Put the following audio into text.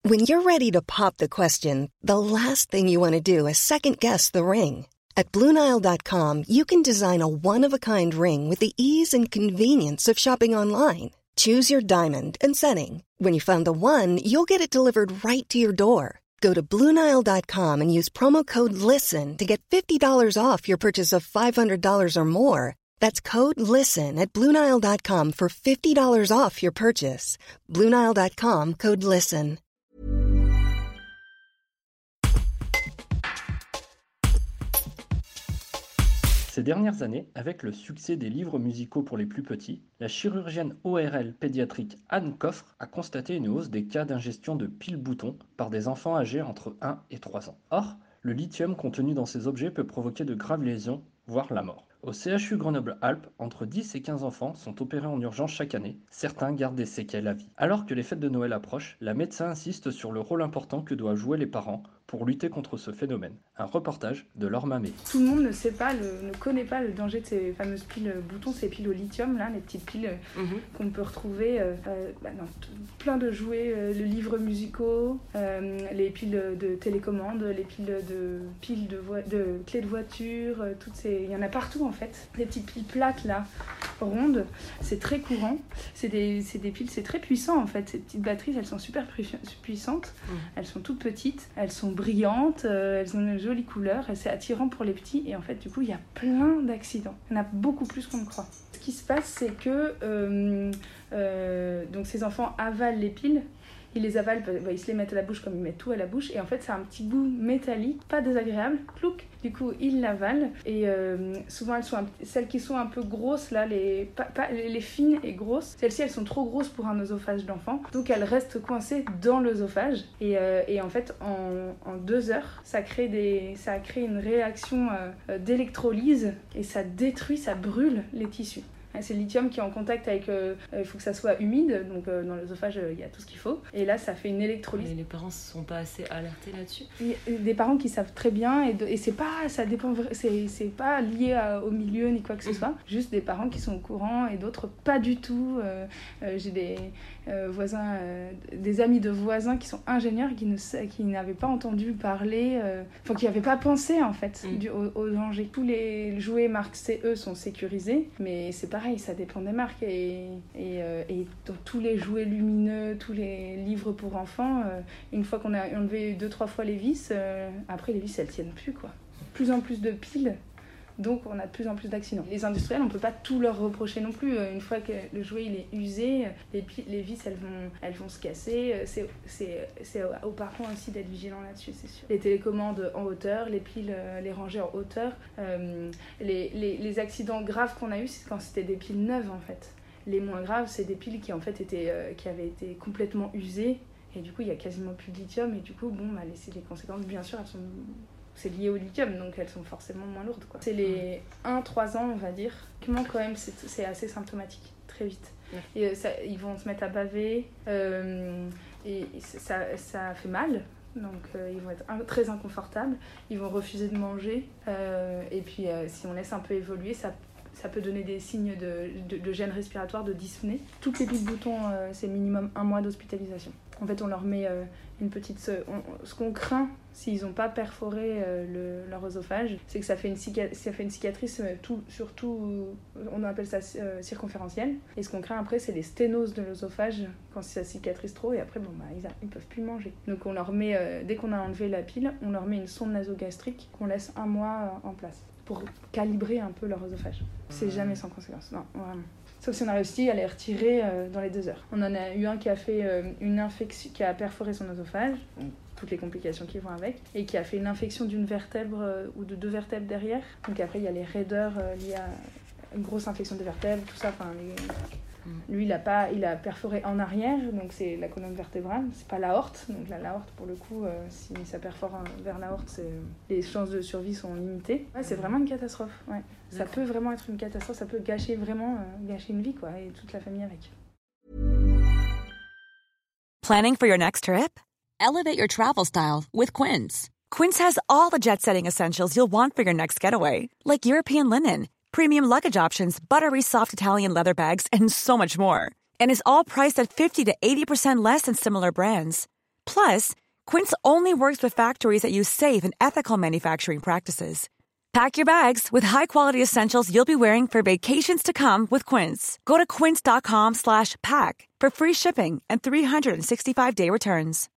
When you're ready to pop the question, the last thing you want to do is second-guess the ring. At BlueNile.com, you can design a one-of-a-kind ring with the ease and convenience of shopping online. Choose your diamond and setting. When you find the one, you'll get it delivered right to your door. Go to BlueNile.com and use promo code LISTEN to get $50 off your purchase of $500 or more. That's code LISTEN at BlueNile.com for $50 off your purchase. BlueNile.com, code LISTEN. Ces dernières années, avec le succès des livres musicaux pour les plus petits, la chirurgienne ORL pédiatrique Anne Coffre a constaté une hausse des cas d'ingestion de piles-boutons par des enfants âgés entre 1 et 3 ans. Or, le lithium contenu dans ces objets peut provoquer de graves lésions, voire la mort. Au CHU Grenoble-Alpes, entre 10 et 15 enfants sont opérés en urgence chaque année, certains gardent des séquelles à vie. Alors que les fêtes de Noël approchent, la médecin insiste sur le rôle important que doivent jouer les parents pour lutter contre ce phénomène. Un reportage de Laure Mamé. Tout le monde ne connaît pas le danger de ces fameuses piles boutons, ces piles au lithium, là, les petites piles qu'on peut retrouver dans plein de jouets, les livres musicaux, les piles de télécommande, les piles de clés de voiture, il y en a partout en fait. Des petites piles plates là, rondes, c'est très courant. C'est des piles, c'est très puissant en fait. Ces petites batteries, elles sont super puissantes. Elles sont toutes petites, elles sont brillantes, elles ont une jolie couleur et c'est attirant pour les petits. Et en fait, du coup, il y a plein d'accidents. Il y en a beaucoup plus qu'on ne croit. Ce qui se passe, c'est que donc ces enfants avalent les piles. Ils les avalent, ils se les mettent à la bouche comme ils mettent tout à la bouche. Et en fait, c'est un petit goût métallique, pas désagréable. Plouc. Du coup, ils l'avalent. Et souvent, celles qui sont un peu grosses, là, les fines et grosses, celles-ci, elles sont trop grosses pour un œsophage d'enfant. Donc, elles restent coincées dans l'œsophage. Et en fait, en 2 heures, ça crée une réaction d'électrolyse. Et ça détruit, ça brûle les tissus. C'est le lithium qui est en contact avec... il faut que ça soit humide, donc dans l'œsophage, il y a tout ce qu'il faut. Et là, ça fait une électrolyse. Et les parents ne sont pas assez alertés là-dessus. Des parents qui savent très bien, et c'est pas, ça dépend, c'est pas lié au milieu ni quoi que ce soit. Juste des parents qui sont au courant et d'autres pas du tout. J'ai des voisins, des amis de voisins qui sont ingénieurs qui n'avaient pas entendu parler, qui n'avaient pas pensé en fait au danger. Tous les jouets marque CE sont sécurisés, mais c'est pareil, ça dépend des marques et dans tous les jouets lumineux, tous les livres pour enfants, une fois qu'on a enlevé 2-3 fois les vis, après les vis elles tiennent plus quoi. Plus en plus de piles. Donc on a de plus en plus d'accidents. Les industriels, on ne peut pas tout leur reprocher non plus. Une fois que le jouet il est usé, les vis elles vont se casser. C'est aux parents aussi d'être vigilants là-dessus, c'est sûr. Les télécommandes en hauteur, les piles, les ranger en hauteur. Les accidents graves qu'on a eus, c'est quand c'était des piles neuves en fait. Les moins graves, c'est des piles qui en fait qui avaient été complètement usées. Et du coup, il n'y a quasiment plus de lithium. Et du coup, les conséquences, bien sûr, c'est lié au lithium, donc elles sont forcément moins lourdes, quoi. C'est les 1-3 ans, on va dire. Quand même, c'est assez symptomatique, très vite. Et ils vont se mettre à baver, et ça fait mal. Donc ils vont être très inconfortables, ils vont refuser de manger. Et puis, si on laisse un peu évoluer, ça peut donner des signes de gêne respiratoire, de dyspnée. Toutes les piles boutons, c'est minimum 1 mois d'hospitalisation. En fait, on leur met une petite... ce qu'on craint, s'ils n'ont pas perforé leur œsophage, c'est que ça fait une cicatrice, surtout, on appelle ça circonférentielle. Et ce qu'on craint après, c'est les sténoses de l'œsophage, quand ça cicatrise trop, et après, ils ne peuvent plus manger. Donc on leur met, dès qu'on a enlevé la pile, on leur met une sonde nasogastrique qu'on laisse 1 mois en place, pour calibrer un peu leur œsophage. C'est jamais sans conséquence, non, vraiment. Sauf si on a réussi à les retirer dans les 2 heures. On en a eu un qui a fait une infection, qui a perforé son œsophage, toutes les complications qui vont avec, et qui a fait une infection d'une vertèbre ou de 2 vertèbres derrière. Donc après, il y a les raideurs liées à une grosse infection des vertèbres, tout ça. Lui, il a perforé en arrière, donc c'est la colonne vertébrale, c'est pas l'aorte. Donc là, l'aorte, pour le coup, si ça perfore vers l'aorte, les chances de survie sont limitées. Ouais, c'est vraiment une catastrophe. Ouais. Ça peut vraiment être une catastrophe, ça peut gâcher une vie, quoi, et toute la famille avec. Planning for your next trip? Elevate your travel style with Quince. Quince has all the jet-setting essentials you'll want for your next getaway, like European linen, premium luggage options, buttery soft Italian leather bags, and so much more. And is all priced at 50 to 80% less than similar brands. Plus, Quince only works with factories that use safe and ethical manufacturing practices. Pack your bags with high-quality essentials you'll be wearing for vacations to come with Quince. Go to quince.com/pack for free shipping and 365-day returns.